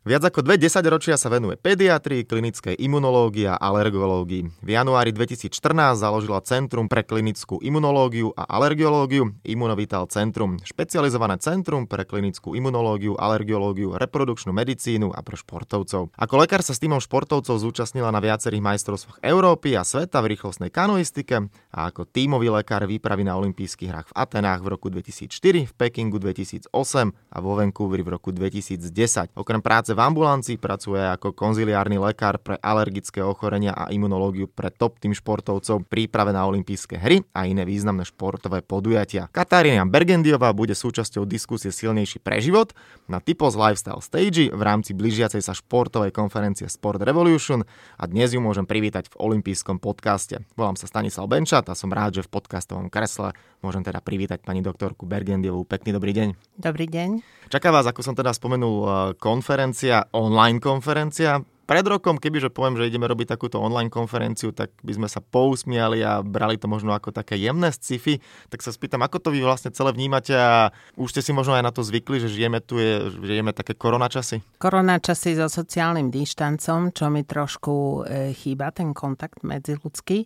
Viac ako 10 ročia sa venuje pediatrii, klinickej imunológii a alergológii. V januári 2014 založila Centrum pre klinickú imunológiu a alergiológiu Immunovital Centrum, špecializované centrum pre klinickú imunológiu, alergiológiu, reprodukčnú medicínu a pre športovcov. Ako lekár sa s tímom športovcov zúčastnila na viacerých majstrovstvách Európy a sveta v rýchlostnej kanoistike a ako tímový lekár výpravy na olympijských hrách v Atenách v roku 2004, v Pekingu 2008 a vo Vancouveri v roku 2010. Okrem práce v ambulancii pracuje ako konziliárny lekár pre alergické ochorenia a imunológiu pre top tým športovcov, príprave na olympijské hry a iné významné športové podujatia. Katarína Bergendiová bude súčasťou diskusie Silnejší pre život na Typos Lifestyle Stage v rámci blížiacej sa športovej konferencie Sport Revolution a dnes ju môžem privítať v olympijskom podcaste. Volám sa Stanislav Benčat a som rád, že v podcastovom kresle môžem teda privítať pani doktorku Bergendiovú. Pekný dobrý deň. Dobrý deň. Čaká vás, ako som teda spomenul, konferencia, online konferencia. Pred rokom, kebyže poviem, že ideme robiť takúto online konferenciu, tak by sme sa pousmiali a brali to možno ako také jemné sci-fi. Tak sa spýtam, ako to vy vlastne celé vnímate a už ste si možno aj na to zvykli, že žijeme také koronačasy? Koronačasy so sociálnym dištancom, čo mi trošku chýba, ten kontakt medziľudský,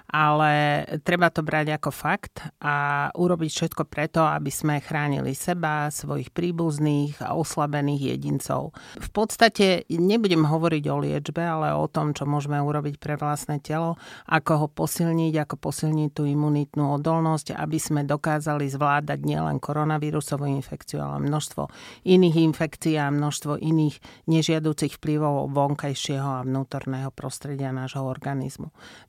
ale treba to brať ako fakt a urobiť všetko preto, aby sme chránili seba, svojich príbuzných a oslabených jedincov. V podstate nebudem hovoriť o liečbe, ale o tom, čo môžeme urobiť pre vlastné telo, ako ho posilniť, ako posilniť tú imunitnú odolnosť, aby sme dokázali zvládať nielen koronavírusovú infekciu, ale množstvo iných infekcií a množstvo iných nežiaducich vplyvov vonkajšieho a vnútorného prostredia nášho organizmu.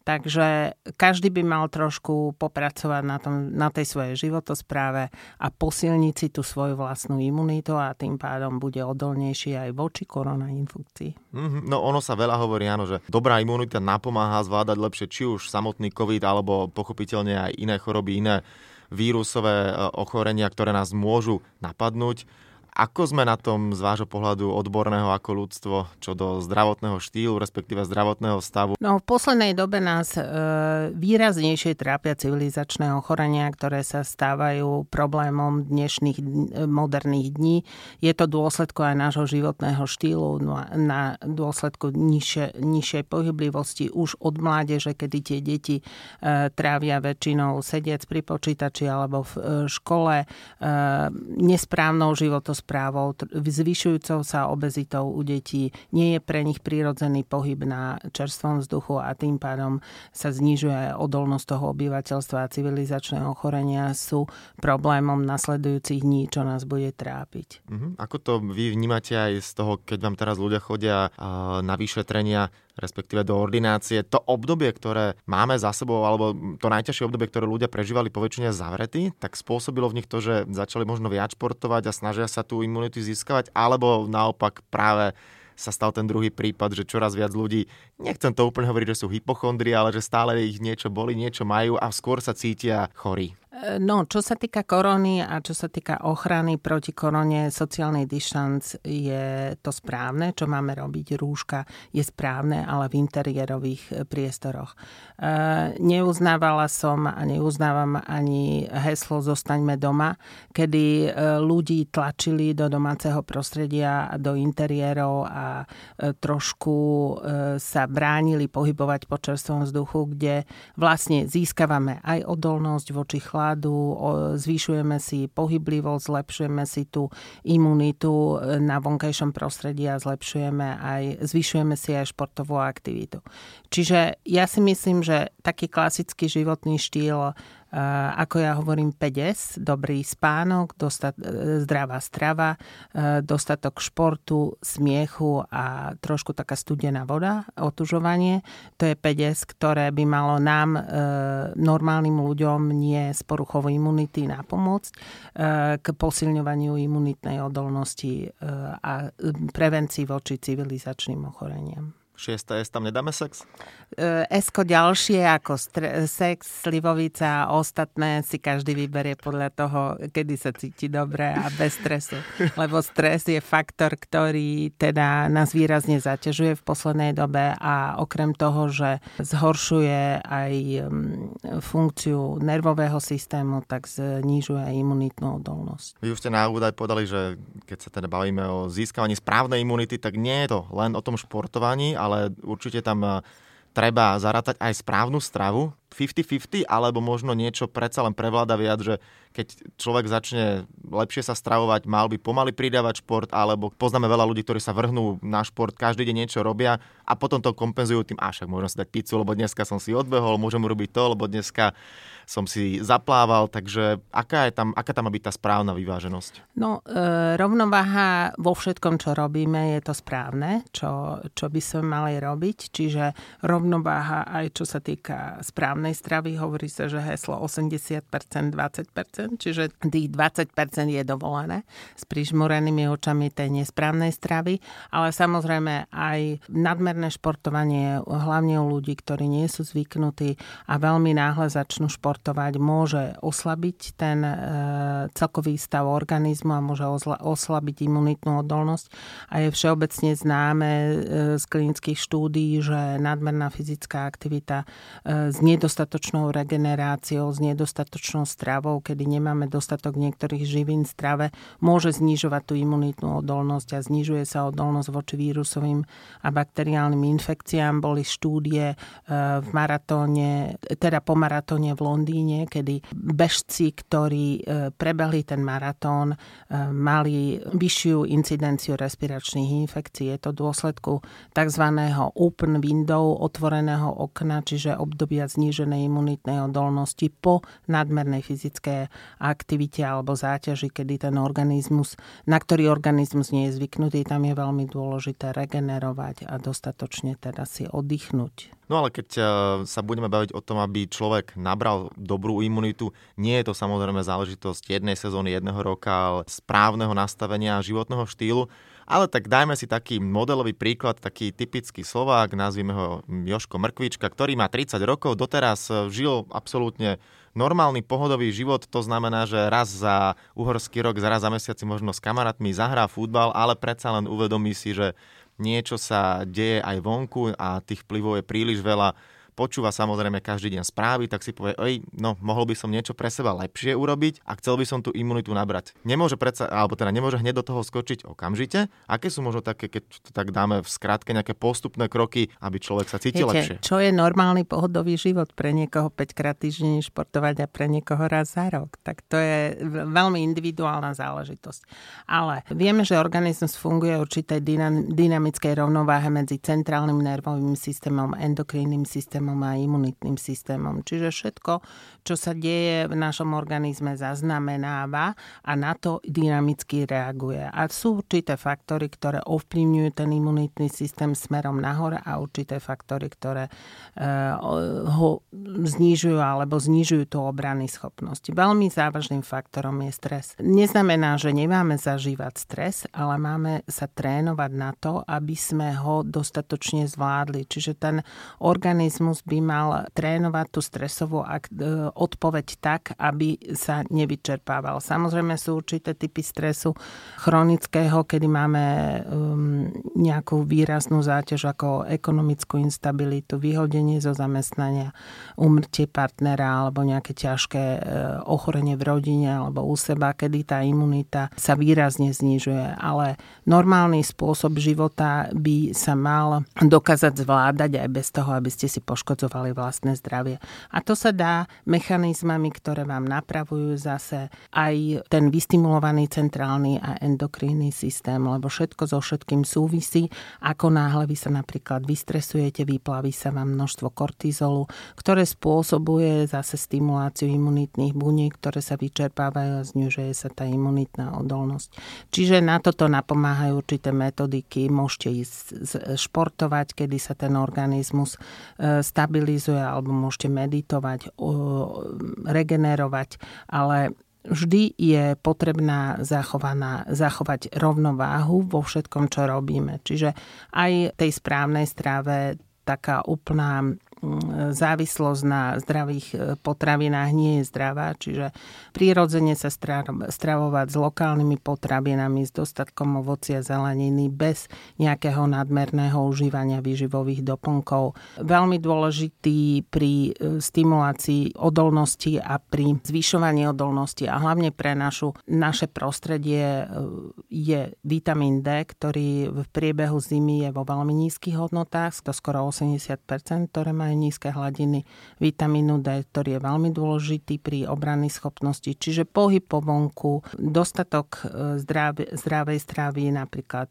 Takže každý by mal trošku popracovať na tej svojej životospráve a posilniť si tú svoju vlastnú imunitu a tým pádom bude odolnejší aj voči koronainfekcii. No ono sa veľa hovorí, áno, že dobrá imunita napomáha zvládať lepšie či už samotný COVID, alebo pochopiteľne aj iné choroby, iné vírusové ochorenia, ktoré nás môžu napadnúť. Ako sme na tom z vášho pohľadu odborného ako ľudstvo, čo do zdravotného štýlu, respektíve zdravotného stavu? No, v poslednej dobe nás výraznejšie trápia civilizačné ochorenia, ktoré sa stávajú problémom dnešných moderných dní. Je to dôsledku aj nášho životného štýlu, na dôsledku nižšej pohyblivosti už od mládeže, kedy tie deti trávia väčšinou sediac pri počítači alebo v škole, nesprávnou životosprávou, zvyšujúcou sa obezitou u detí. Nie je pre nich prirodzený pohyb na čerstvom vzduchu a tým pádom sa znižuje odolnosť toho obyvateľstva a civilizačné ochorenia sú problémom nasledujúcich dní, čo nás bude trápiť. Ako to vy vnímate aj z toho, keď vám teraz ľudia chodia na vyšetrenia, respektíve do ordinácie, to obdobie, ktoré máme za sebou, alebo to najťažšie obdobie, ktoré ľudia prežívali poväčšine zavretí, tak spôsobilo v nich to, že začali možno viac športovať a snažia sa tú imunitu získavať, alebo naopak práve sa stal ten druhý prípad, že čoraz viac ľudí, nechcem to úplne hovoriť, že sú hypochondri, ale že stále ich niečo boli, niečo majú a skôr sa cítia chorí. No, čo sa týka korony a čo sa týka ochrany proti korone, sociálny dištanc je to správne, čo máme robiť. Rúška je správne, ale v interiérových priestoroch. Neuznávala som a neuznávam ani heslo Zostaňme doma, kedy ľudí tlačili do domáceho prostredia a do interiérov a trošku sa bránili pohybovať po čerstvom vzduchu, kde vlastne získavame aj odolnosť voči chladu, zvyšujeme si pohyblivosť, zlepšujeme si tú imunitu na vonkajšom prostredí a zvyšujeme si aj športovú aktivitu. Čiže ja si myslím, že taký klasický životný štýl, ako ja hovorím, 5S, dobrý spánok, zdravá strava, dostatok športu, smiechu a trošku taká studená voda, otužovanie. To je 5S, ktoré by malo nám, normálnym ľuďom, nie s poruchou imunity, napomôcť k posilňovaniu imunitnej odolnosti a prevencii voči civilizačným ochoreniam. 6. S tam nedáme sex? S-ko ďalšie ako sex, slivovica a ostatné si každý vyberie podľa toho, kedy sa cíti dobre a bez stresu. Lebo stres je faktor, ktorý teda nás výrazne zaťažuje v poslednej dobe a okrem toho, že zhoršuje aj funkciu nervového systému, tak znižuje aj imunitnú odolnosť. Vy už ste na úvod aj povedali, že keď sa teda bavíme o získavaní správnej imunity, tak nie je to len o tom športovaní, ale určite tam treba zarátať aj správnu stravu, 50-50, alebo možno niečo predsa len prevláda viac, že keď človek začne lepšie sa stravovať, mal by pomaly pridávať šport, alebo poznáme veľa ľudí, ktorí sa vrhnú na šport, každý deň niečo robia a potom to kompenzujú tým, však môžem si dať pizzu, lebo dneska som si odbehol, môžem urobiť to, lebo dneska som si zaplával, takže aká tam má byť tá správna vyváženosť? No, rovnováha vo všetkom, čo robíme, je to správne, čo by sme mali robiť, čiže rovnováha aj čo sa týka správnej stravy, hovorí sa, že heslo 80%, 20%, čiže tých 20% je dovolené s prižmúrenými očami tej nesprávnej stravy, ale samozrejme aj nadmerné športovanie, hlavne u ľudí, ktorí nie sú zvyknutí a veľmi náhle začnú športovať, môže oslabiť ten celkový stav organizmu a môže oslabiť imunitnú odolnosť. A je všeobecne známe z klinických štúdií, že nadmerná fyzická aktivita s nedostatočnou regeneráciou, s nedostatočnou stravou, kedy nemáme dostatok niektorých živín v strave, môže znižovať tú imunitnú odolnosť a znižuje sa odolnosť voči vírusovým a bakteriálnym infekciám. Boli štúdie v maratóne, teda po maratóne v Londýne, kedy bežci, ktorí prebehli ten maratón, mali vyššiu incidenciu respiračných infekcií. Je to v dôsledku tzv. Open window, otvoreného okna, čiže obdobia zníženej imunitnej odolnosti po nadmernej fyzickej aktivite alebo záťaži, kedy ten organizmus, na ktorý organizmus nie je zvyknutý, tam je veľmi dôležité regenerovať a dostatočne teda si oddychnúť. No ale keď sa budeme baviť o tom, aby človek nabral dobrú imunitu, nie je to samozrejme záležitosť jednej sezóny, jedného roka, ale správneho nastavenia životného štýlu. Ale tak dajme si taký modelový príklad, taký typický Slovák, nazvime ho Jožko Mrkvička, ktorý má 30 rokov, doteraz žil absolútne normálny pohodový život, to znamená, že raz za uhorský rok, raz za mesiac si možno s kamarátmi zahrá futbal, ale predsa len uvedomí si, že niečo sa deje aj vonku a tých vplyvov je príliš veľa. Počúva samozrejme každý deň správy, tak si povie, mohol by som niečo pre seba lepšie urobiť a chcel by som tú imunitu nabrať. Nemôže hneď do toho skočiť okamžite. Aké sú možno také, keď to tak dáme v skratke, nejaké postupné kroky, aby človek sa cítil lepšie? Čo je normálny pohodový život? Pre niekoho 5-krát týždenne športovať a pre niekoho raz za rok. Tak to je veľmi individuálna záležitosť. Ale vieme, že organizmus funguje určitej dynamickej rovnováhe medzi centrálnym nervovým systémom, endokrínnym systémom a imunitným systémom. Čiže všetko, čo sa deje v našom organizme, zaznamenáva a na to dynamicky reaguje. A sú určité faktory, ktoré ovplyvňujú ten imunitný systém smerom nahor a určité faktory, ktoré ho znižujú alebo znižujú tú obrannú schopnosť. Veľmi závažným faktorom je stres. Neznamená, že nemáme zažívať stres, ale máme sa trénovať na to, aby sme ho dostatočne zvládli. Čiže ten organizmus by mal trénovať tú stresovú odpoveď tak, aby sa nevyčerpával. Samozrejme sú určité typy stresu chronického, kedy máme nejakú výraznú záťaž ako ekonomickú instabilitu, vyhodenie zo zamestnania, úmrtie partnera alebo nejaké ťažké ochorenie v rodine alebo u seba, kedy tá imunita sa výrazne znižuje. Ale normálny spôsob života by sa mal dokázať zvládať aj bez toho, aby ste si poškodzovali vlastné zdravie. A to sa dá mechanizmami, ktoré vám napravujú zase aj ten vystimulovaný centrálny a endokrínny systém, lebo všetko so všetkým súvisí. Ako náhle vy sa napríklad vystresujete, vyplaví sa vám množstvo kortizolu, ktoré spôsobuje zase stimuláciu imunitných buniek, ktoré sa vyčerpávajú a znižuje sa tá imunitná odolnosť. Čiže na toto napomáhajú určité metodiky. Môžete ísť športovať, kedy sa ten organizmus stabilizuje, alebo môžete meditovať, regenerovať, ale vždy je potrebná zachovať rovnováhu vo všetkom, čo robíme. Čiže aj tej správnej strave taká úplná závislosť na zdravých potravinách nie je zdravá, čiže prirodzene sa stravovať s lokálnymi potravinami, s dostatkom ovocia, zeleniny, bez nejakého nadmerného užívania výživových doplnkov. Veľmi dôležitý pri stimulácii odolnosti a pri zvyšovaní odolnosti a hlavne pre naše prostredie je vitamín D, ktorý v priebehu zimy je vo veľmi nízkych hodnotách, to skoro 80%, ktoré majú nízke hladiny vitamínu D, ktorý je veľmi dôležitý pri obrannej schopnosti. Čiže pohyb po vonku, dostatok zdravej stravy, napríklad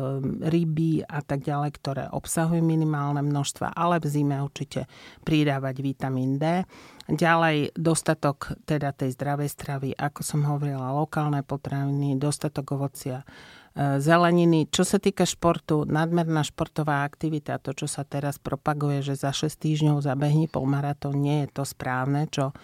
ryby a tak ďalej, ktoré obsahujú minimálne množstva, ale v zime určite pridávať vitamín D. Ďalej dostatok teda tej zdravej stravy, ako som hovorila, lokálne potraviny, dostatok ovocia, zeleniny. Čo sa týka športu, nadmerná športová aktivita, to, čo sa teraz propaguje, že za 6 týždňov zabehni polmaratón, nie je to správne, čo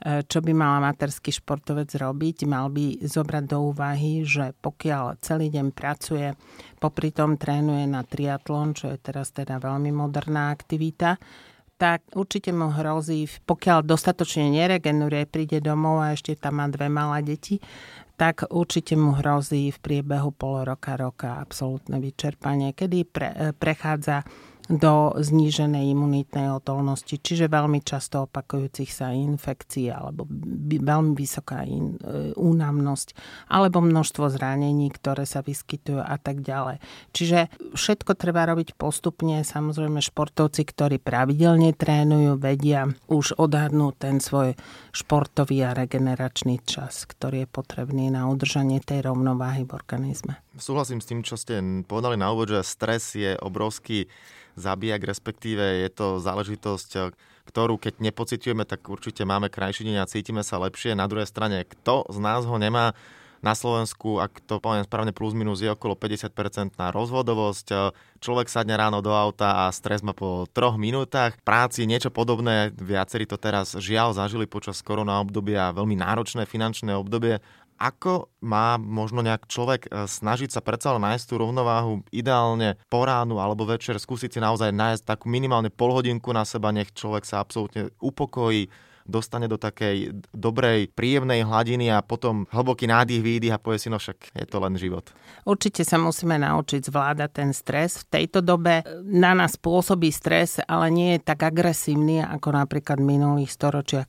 by mal amatérsky športovec robiť. Mal by zobrať do úvahy, že pokiaľ celý deň pracuje, popri tom trénuje na triatlon, čo je teraz teda veľmi moderná aktivita, tak určite mu hrozí, pokiaľ dostatočne neregeneruje, príde domov a ešte tam má 2 malé deti, tak určite mu hrozí v priebehu pol roka absolútne vyčerpanie, kedy prechádza do zníženej imunitnej odolnosti, čiže veľmi často opakujúcich sa infekcií alebo veľmi vysoká únavnosť alebo množstvo zranení, ktoré sa vyskytujú a tak ďalej. Čiže všetko treba robiť postupne. Samozrejme športovci, ktorí pravidelne trénujú, vedia už odhadnúť ten svoj športový a regeneračný čas, ktorý je potrebný na udržanie tej rovnováhy v organizme. Súhlasím s tým, čo ste povedali na úvod, že stres je obrovský zabijak, respektíve je to záležitosť, ktorú keď nepociťujeme, tak určite máme krajší deň a cítime sa lepšie. Na druhej strane, kto z nás ho nemá? Na Slovensku, ak to poviem správne, plus minus je okolo 50% rozvodovosť. Človek sadne ráno do auta a stres má po 3 minútach. Práci niečo podobné, viacerí to teraz žiaľ zažili počas korona obdobia, veľmi náročné finančné obdobie. Ako má možno nejak človek snažiť sa predsa len nájsť tú rovnováhu, ideálne po ránu alebo večer skúsiť si naozaj nájsť takú minimálne polhodinku na seba, nech človek sa absolútne upokojí, dostane do takej dobrej, príjemnej hladiny a potom hlboký nádych, výdych a povie si, no však je to len život. Určite sa musíme naučiť zvládať ten stres. V tejto dobe na nás pôsobí stres, ale nie je tak agresívny, ako napríklad v minulých storočiach,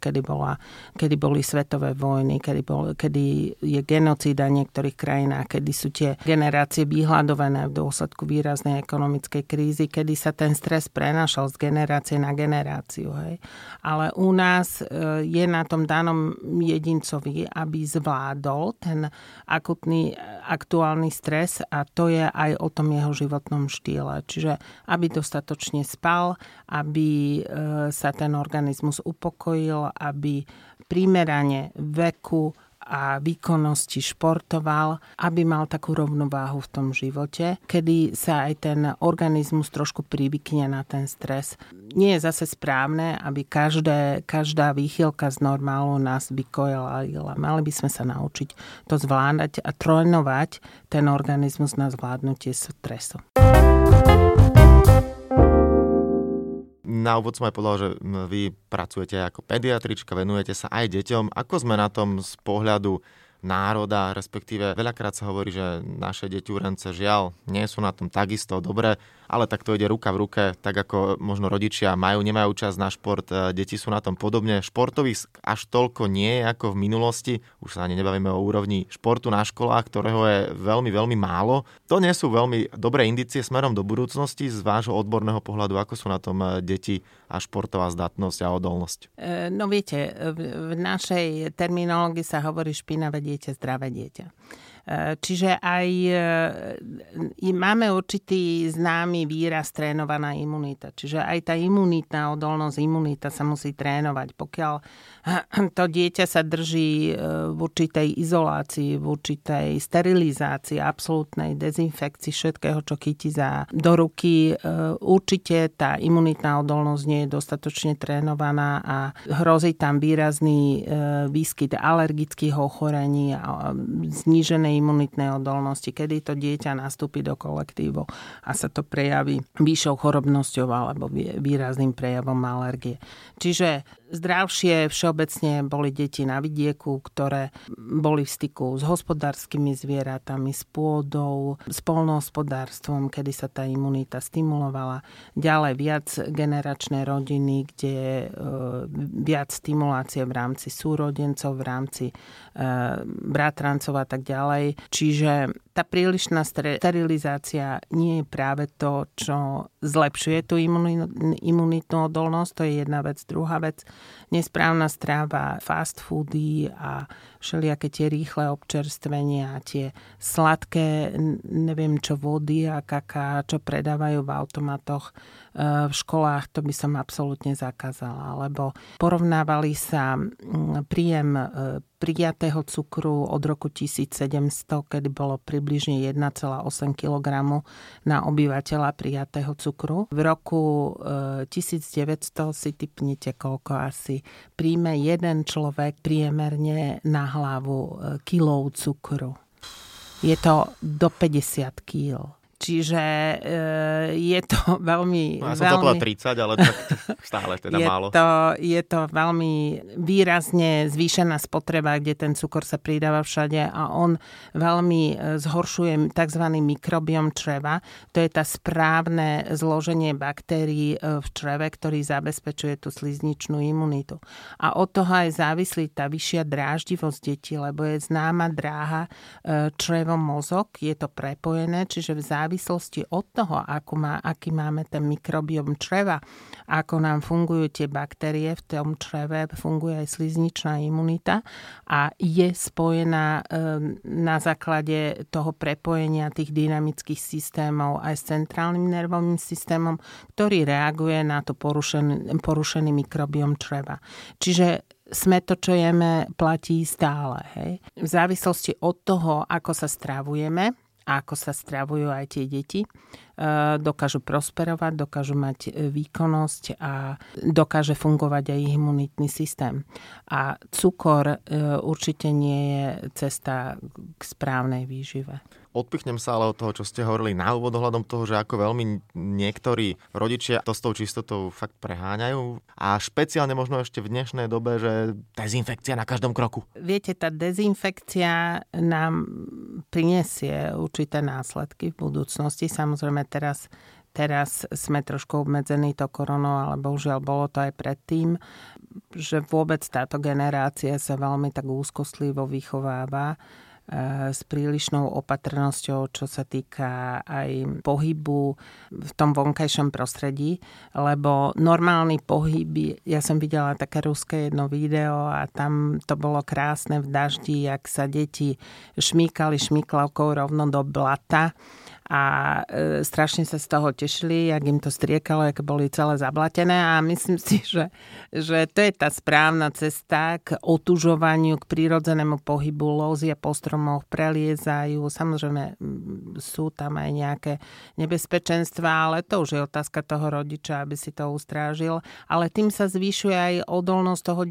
kedy boli svetové vojny, kedy je genocída v niektorých krajinách, kedy sú tie generácie vyhľadované v dôsledku výraznej ekonomickej krízy, kedy sa ten stres prenášal z generácie na generáciu. Hej. Ale u nás je na tom danom jedincovi, aby zvládol ten aktuálny stres a to je aj o tom jeho životnom štýle. Čiže aby dostatočne spal, aby sa ten organizmus upokojil, aby primerane veku a výkonnosti športoval, aby mal takú rovnováhu v tom živote, kedy sa aj ten organizmus trošku privykne na ten stres. Nie je zase správne, aby každá výchylka z normálu nás vykojila. Mali by sme sa naučiť to zvládať a trénovať ten organizmus na zvládnutie stresu. Na úvod som aj povedal, že vy pracujete ako pediatrička, venujete sa aj deťom. Ako sme na tom z pohľadu národa, respektíve veľakrát sa hovorí, že naše deťúrence žiaľ nie sú na tom takisto dobre, ale tak to ide ruka v ruke, tak ako možno rodičia nemajú čas na šport, deti sú na tom podobne. Športových až toľko nie je ako v minulosti, už sa ani nebavíme o úrovni športu na školách, ktorého je veľmi, veľmi málo. To nie sú veľmi dobré indície smerom do budúcnosti z vášho odborného pohľadu, ako sú na tom deti a športová zdatnosť a odolnosť. No viete, v našej terminológii sa hovorí špinavé dieťa, zdravé dieťa. Čiže aj máme určitý známy výraz trénovaná imunita. Čiže aj tá imunitná odolnosť, imunita sa musí trénovať. Pokiaľ to dieťa sa drží v určitej izolácii, v určitej sterilizácii, absolútnej dezinfekcii všetkého, čo chytí do ruky, určite tá imunitná odolnosť nie je dostatočne trénovaná a hrozí tam výrazný výskyt alergických ochorení a zníženej imunitnej odolnosti, kedy to dieťa nastúpi do kolektívu a sa to prejaví vyššou chorobnosťou alebo výrazným prejavom alergie. Čiže zdravšie všeobecne boli deti na vidieku, ktoré boli v styku s hospodárskymi zvieratami, s pôdou, s poľnohospodárstvom, kedy sa tá imunita stimulovala. Ďalej viac generačné rodiny, kde je viac stimulácie v rámci súrodencov, v rámci bratrancov a tak ďalej. Čiže tá prílišná sterilizácia nie je práve to, čo zlepšuje tú imunitnú odolnosť. To je jedna vec. Druhá vec, nesprávna stráva, fast foody a všelijaké tie rýchle občerstvenia, tie sladké, neviem čo, vody a kaká, čo predávajú v automatoch v školách, to by som absolútne zakázala, lebo porovnávali sa príjem prijatého cukru od roku 1700, kedy bolo približne 1,8 kg na obyvateľa prijatého cukru. V roku 1900 si tipnite, koľko asi príjme jeden človek priemerne na hlavu kilov cukru. Je to do 50 kg. Čiže je to veľmi... Ja som to povedal 30, ale tak stále teda málo. Je to veľmi výrazne zvýšená spotreba, kde ten cukor sa pridáva všade a on veľmi zhoršuje tzv. Mikrobiom čreva. To je tá správne zloženie baktérií v čreve, ktorý zabezpečuje tú slizničnú imunitu. A od toho aj závislí tá vyššia dráždivosť detí, lebo je známa dráha črevo-mozog, je to prepojené, čiže v závislosti od toho, aký máme ten mikrobiom čreva, ako nám fungujú tie baktérie v tom čreve, funguje aj slizničná imunita a je spojená na základe toho prepojenia tých dynamických systémov aj s centrálnym nervovým systémom, ktorý reaguje na to porušený mikrobiom čreva. Čiže to, čo jeme, platí stále. Hej? V závislosti od toho, ako sa stravujeme, a ako sa stravujú aj tie deti, dokážu prosperovať, dokážu mať výkonnosť a dokáže fungovať aj imunitný systém. A cukor určite nie je cesta k správnej výžive. Odpichnem sa ale od toho, čo ste hovorili na úvod ohľadom toho, že ako veľmi niektorí rodičia to s tou čistotou fakt preháňajú a špeciálne možno ešte v dnešnej dobe, že dezinfekcia na každom kroku. Viete, tá dezinfekcia nám prinesie určité následky v budúcnosti. Samozrejme teraz sme trošku obmedzení to koronou, ale bohužiaľ bolo to aj predtým, že vôbec táto generácia sa veľmi tak úzkostlivo vychováva s prílišnou opatrnosťou, čo sa týka aj pohybu v tom vonkajšom prostredí, lebo normálny pohyb, ja som videla také ruské jedno video a tam to bolo krásne v daždi, jak sa deti šmýkali šmýklavkou rovno do blata a strašne sa z toho tešili, jak im to striekalo, jak boli celé zablatené a myslím si, že to je tá správna cesta k otužovaniu, k prírodzenému pohybu. Lózia po stromoch, preliezajú, samozrejme sú tam aj nejaké nebezpečenstvá, ale to už je otázka toho rodiča, aby si to ustrážil, ale tým sa zvyšuje aj odolnosť toho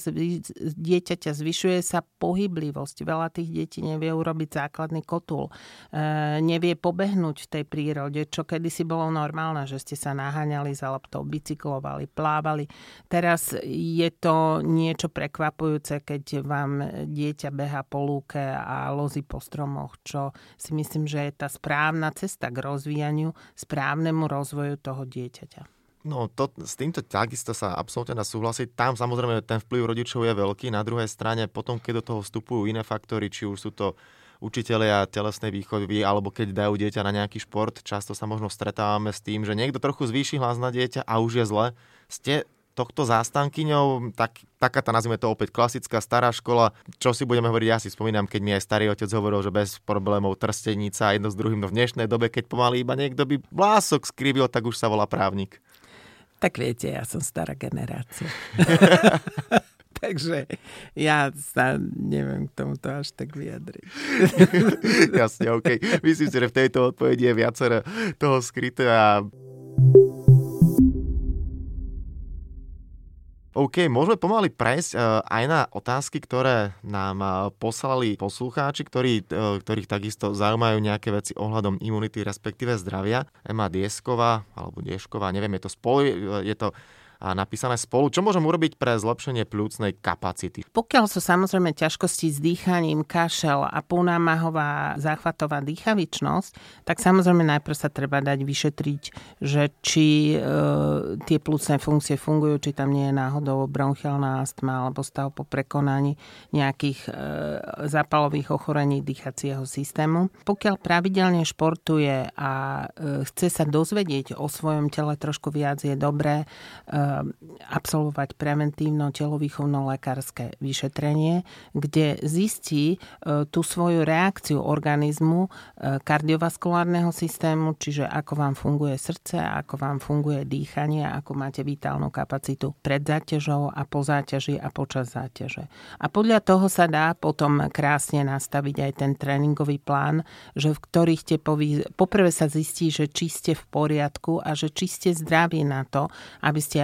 dieťaťa, zvyšuje sa pohyblivosť. Veľa tých detí nevie urobiť základný kotul, nevie pobehnúť v tej prírode, čo kedysi bolo normálne, že ste sa naháňali za loptou, bicyklovali, plávali. Teraz je to niečo prekvapujúce, keď vám dieťa behá po lúke a lozí po stromoch, čo si myslím, že je tá správna cesta k rozvíjaniu, správnemu rozvoju toho dieťaťa. No, s týmto takisto sa absolútne dá súhlasiť. Tam samozrejme ten vplyv rodičov je veľký. Na druhej strane potom, keď do toho vstupujú iné faktory, či už sú to učitelia telesnej výchovy, alebo keď dajú dieťa na nejaký šport, často sa možno stretávame s tým, že niekto trochu zvýši hlas na dieťa a už je zle. Ste tohto zástankyňou, taká tá, nazvime to opäť klasická stará škola. Čo si budeme hovoriť, ja si spomínam, keď mi aj starý otec hovoril, že bez problémov trstenica jedno s druhým, no v dnešnej dobe, keď pomaly iba niekto by vlások skrivil, tak už sa volá právnik. Tak viete, ja som stará generácia. Takže ja sa neviem k tomuto až tak vyjadriť. Jasne, OK. Myslím si, že v tejto odpovedi je viacero toho skryté a OK, môžeme pomaly prejsť aj na otázky, ktoré nám poslali poslucháči, ktorých takisto zaujímajú nejaké veci ohľadom imunity, respektíve zdravia. Ema Diesková, alebo Diešková, neviem, je to napísané spolu. Čo môžem urobiť pre zlepšenie pľúcnej kapacity? Pokiaľ sú samozrejme ťažkosti s dýchaním, kašel a ponámahová záchvatová dýchavičnosť, tak samozrejme najprv sa treba dať vyšetriť, že či tie pľúcne funkcie fungujú, či tam nie je náhodou bronchiálna astma alebo stav po prekonaní nejakých zápalových ochorení dýchacieho systému. Pokiaľ pravidelne športuje a chce sa dozvedieť o svojom tele trošku viac, je dobré absolvovať preventívno telovýchovno-lekárske vyšetrenie, kde zistí tú svoju reakciu organizmu kardiovaskulárneho systému, čiže ako vám funguje srdce, ako vám funguje dýchanie, ako máte vitálnu kapacitu pred záťažou a po záťaži a počas záťaže. A podľa toho sa dá potom krásne nastaviť aj ten tréningový plán, že v ktorých poprvé sa zistí, že či ste v poriadku a že či ste zdraví na to, aby ste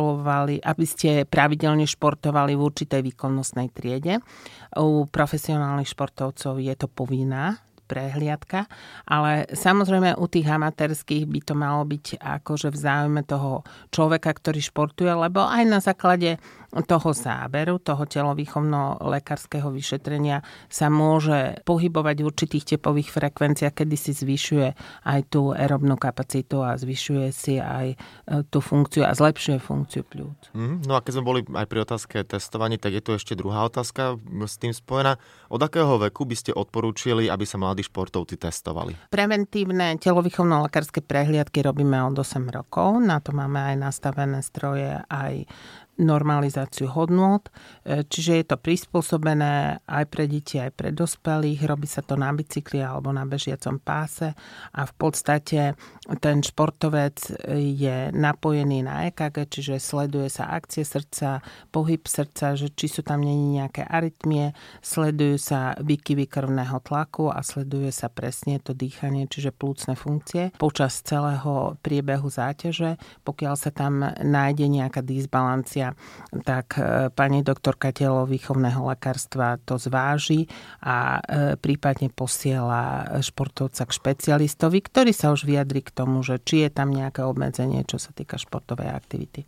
aby ste pravidelne športovali v určitej výkonnostnej triede. U profesionálnych športovcov je to povinná prehliadka, ale samozrejme u tých amatérskych by to malo byť akože v záujme toho človeka, ktorý športuje, lebo aj na základe toho záberu, toho telovýchovno-lekárskeho vyšetrenia sa môže pohybovať v určitých tepových frekvenciách, kedy si zvyšuje aj tú aerobnú kapacitu a zvyšuje si aj tú funkciu a zlepšuje funkciu pľúc. No a keď sme boli aj pri otázke testovaní, tak je tu ešte druhá otázka s tým spojená. Od akého veku by ste odporúčili, aby sa mladí športovci testovali? Preventívne telovýchovno-lekárske prehliadky robíme od 8 rokov. Na to máme aj nastavené stroje, aj normalizáciu hodnôt, čiže je to prispôsobené aj pre deti, aj pre dospelých. Robí sa to na bicykli alebo na bežiacom páse a v podstate ten športovec je napojený na EKG, čiže sleduje sa akcie srdca, pohyb srdca, že či sú tam nejaké arytmie, sledujú sa výkyvy krvného tlaku a sleduje sa presne to dýchanie, čiže plúcne funkcie počas celého priebehu záťaže. Pokiaľ sa tam nájde nejaká disbalancia, tak pani doktorka telovýchovného lekárstva to zváži a prípadne posiela športovca k špecialistovi, ktorý sa už vyjadri k tomu, že či je tam nejaké obmedzenie, čo sa týka športovej aktivity.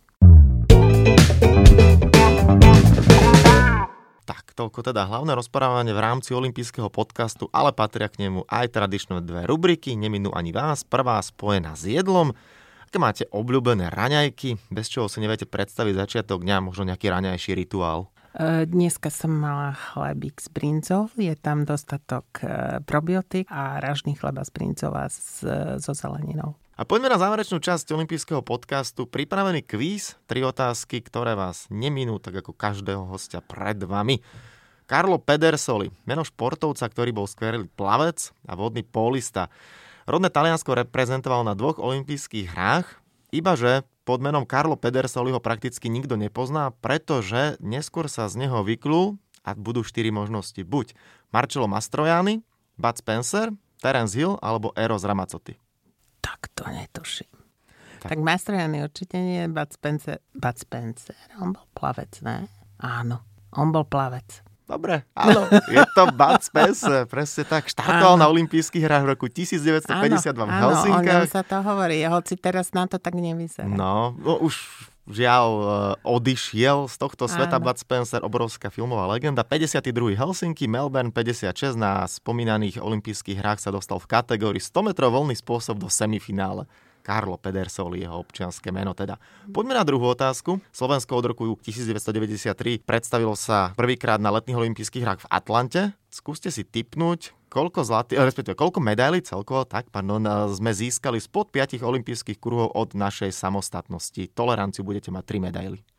Tak, toľko teda hlavné rozprávanie v rámci olympijského podcastu, ale patria k nemu aj tradičné dve rubriky, neminú ani vás. Prvá spojená s jedlom. Aké máte obľúbené raňajky, bez čoho si neviete predstaviť začiatok dňa, možno nejaký raňajší rituál? Dneska som mala chlebík z brinzov, je tam dostatok probiotik a ražný chleba z brinzov a so zeleninou. A poďme na záverečnú časť olympijského podcastu. Pripravený kvíz, 3 otázky, ktoré vás neminú, tak ako každého hostia pred vami. Carlo Pedersoli, meno športovca, ktorý bol skvelý plavec a vodný pólista. Rodné Taliansko reprezentoval na 2 olympijských hrách, ibaže pod menom Carlo Pedersoli ho prakticky nikto nepozná, pretože neskôr sa z neho vyklú a budú 4 možnosti. Buď Marcello Mastroianni, Bud Spencer, Terence Hill alebo Eros Ramazzotti. Tak to netuším. Tak Mastroianni určite nie, Bud Spencer, on bol plavec, ne? Áno, on bol plavec. Dobre, áno, je to Bud Spencer, presne tak. Štartoval na olympijských hrách v roku 1952 v Helsinkách. Áno, sa to hovorí, hoci teraz na to tak nevyzerá. No už žiaľ odišiel z tohto sveta Bud Spencer, obrovská filmová legenda. 52. Helsinki, Melbourne 56, na spomínaných olympijských hrách sa dostal v kategórii 100 metrov voľný spôsob do semifinále. Carlo Pedersoli, jeho občianske meno teda. Poďme na druhú otázku. Slovensko od roku 1993 predstavilo sa prvýkrát na letných olympijských hrách v Atlante. Skúste si tipnúť, koľko medailí celkovo sme získali spod 5 olympijských kruhov od našej samostatnosti. Toleranciu budete mať 3 medaily.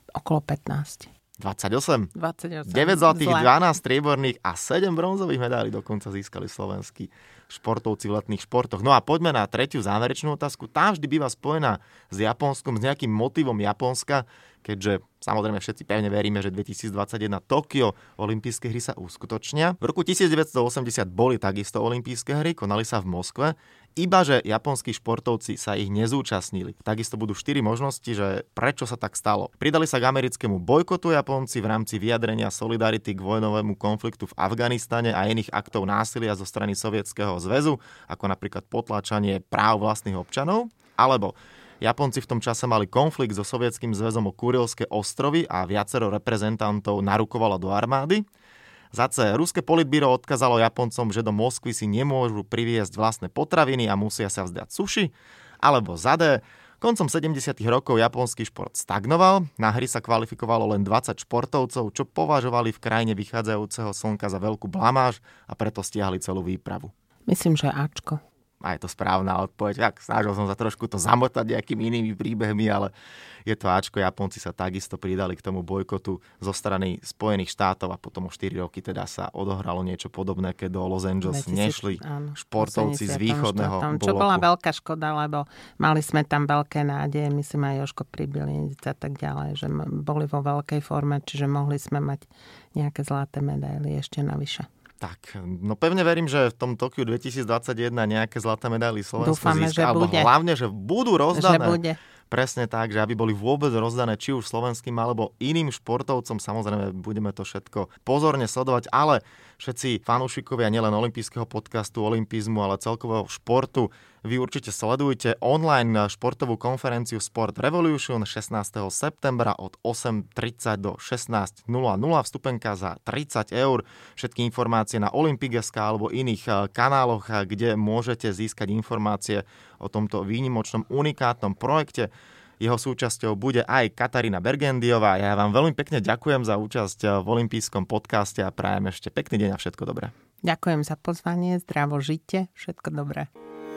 Okolo 15. 28. 28. 9 zlatých, 12 strieborných a 7 bronzových medailí dokonca získali slovenskí športovci v letných športoch. No a poďme na tretiu záverečnú otázku. Tá vždy býva spojená s Japonskom, s nejakým motivom Japonska, keďže samozrejme všetci pevne veríme, že 2021 Tokio olympijské hry sa uskutočnia. V roku 1980 boli takisto olympijské hry, konali sa v Moskve, ibaže japonskí športovci sa ich nezúčastnili. Takisto budú 4 možnosti, že prečo sa tak stalo. Pridali sa k americkému bojkotu Japonci v rámci vyjadrenia solidarity k vojnovému konfliktu v Afganistane a iných aktov násilia zo strany Sovietskeho zväzu, ako napríklad potláčanie práv vlastných občanov, alebo Japonci v tom čase mali konflikt so Sovietským zväzom o Kurilské ostrovy a viacero reprezentantov narukovalo do armády. Za C. Ruské politbíro odkázalo Japoncom, že do Moskvy si nemôžu priviesť vlastné potraviny a musia sa vzdať suši. Alebo za D. Koncom 70. rokov japonský šport stagnoval, na hry sa kvalifikovalo len 20 športovcov, čo považovali v krajine vychádzajúceho slnka za veľkú blamáž a preto stiahli celú výpravu. Myslím, že Ačko. A je to správna odpoveď. Snažil som sa trošku to zamotať nejakými inými príbehmi, ale je to Ačko. Japonci sa takisto pridali k tomu bojkotu zo strany Spojených štátov a potom o 4 roky teda sa odohralo niečo podobné, keď do Los Angeles nešli športovci z východného bloku. Čo bola veľká škoda, lebo mali sme tam veľké nádeje, myslím aj Jožko Pribylinec a tak ďalej, že boli vo veľkej forme, čiže mohli sme mať nejaké zlaté medaily ešte navyše. Tak, no pevne verím, že v tom Tokiu 2021 nejaké zlaté medaily Slovensko Dúfame, získa, alebo hlavne, že budú rozdané. Že bude. Presne tak, že aby boli vôbec rozdané či už slovenským alebo iným športovcom. Samozrejme, budeme to všetko pozorne sledovať, ale všetci fanúšikovia nielen olympijského podcastu, olympizmu, ale celkového športu, vy určite sledujte online športovú konferenciu Sport Revolution 16. septembra od 8:30 do 16:00. Vstupenka za 30 €. Všetky informácie na Olympic.sk alebo iných kanáloch, kde môžete získať informácie o tomto výnimočnom unikátnom projekte. Jeho súčasťou bude aj Katarína Bergendiová. Ja vám veľmi pekne ďakujem za účasť v olympijskom podcaste a prajem ešte pekný deň a všetko dobré. Ďakujem za pozvanie, zdravo žite, všetko dobré.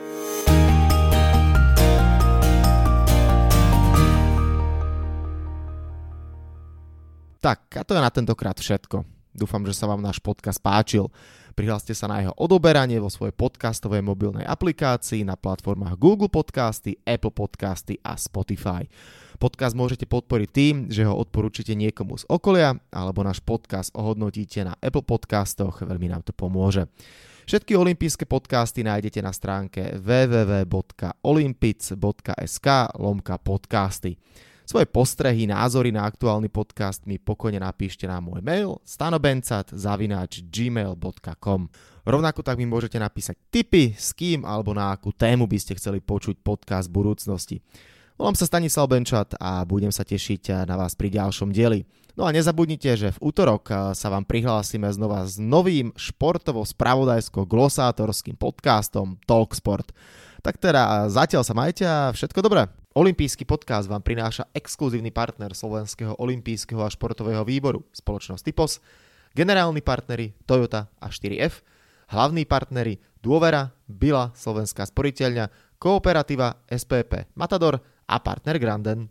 Tak, a to je na tentokrát všetko. Dúfam, že sa vám náš podcast páčil. Prihláste sa na jeho odoberanie vo svojej podcastovej mobilnej aplikácii na platformách Google Podcasty, Apple Podcasty a Spotify. Podcast môžete podporiť tým, že ho odporúčite niekomu z okolia alebo náš podcast ohodnotíte na Apple Podcastoch, veľmi nám to pomôže. Všetky olympijské podcasty nájdete na stránke www.olympic.sk/podcasty. Svoje postrehy, názory na aktuálny podcast mi pokojne napíšte na môj mail stanobencat@gmail.com. Rovnako tak mi môžete napísať tipy, s kým alebo na akú tému by ste chceli počuť podcast v budúcnosti. Volám sa Stanislav Benčat a budem sa tešiť na vás pri ďalšom dieli. No a nezabudnite, že v útorok sa vám prihlásime znova s novým športovo-spravodajsko-glosátorským podcastom Talksport. Tak teda zatiaľ sa majte a všetko dobré. Olympijský podcast vám prináša exkluzívny partner Slovenského olympijského a športového výboru, spoločnosť Typos, generálni partneri Toyota a 4F, hlavní partneri Dôvera, Bila, Slovenská sporiteľňa, Kooperativa, SPP, Matador a partner Granden.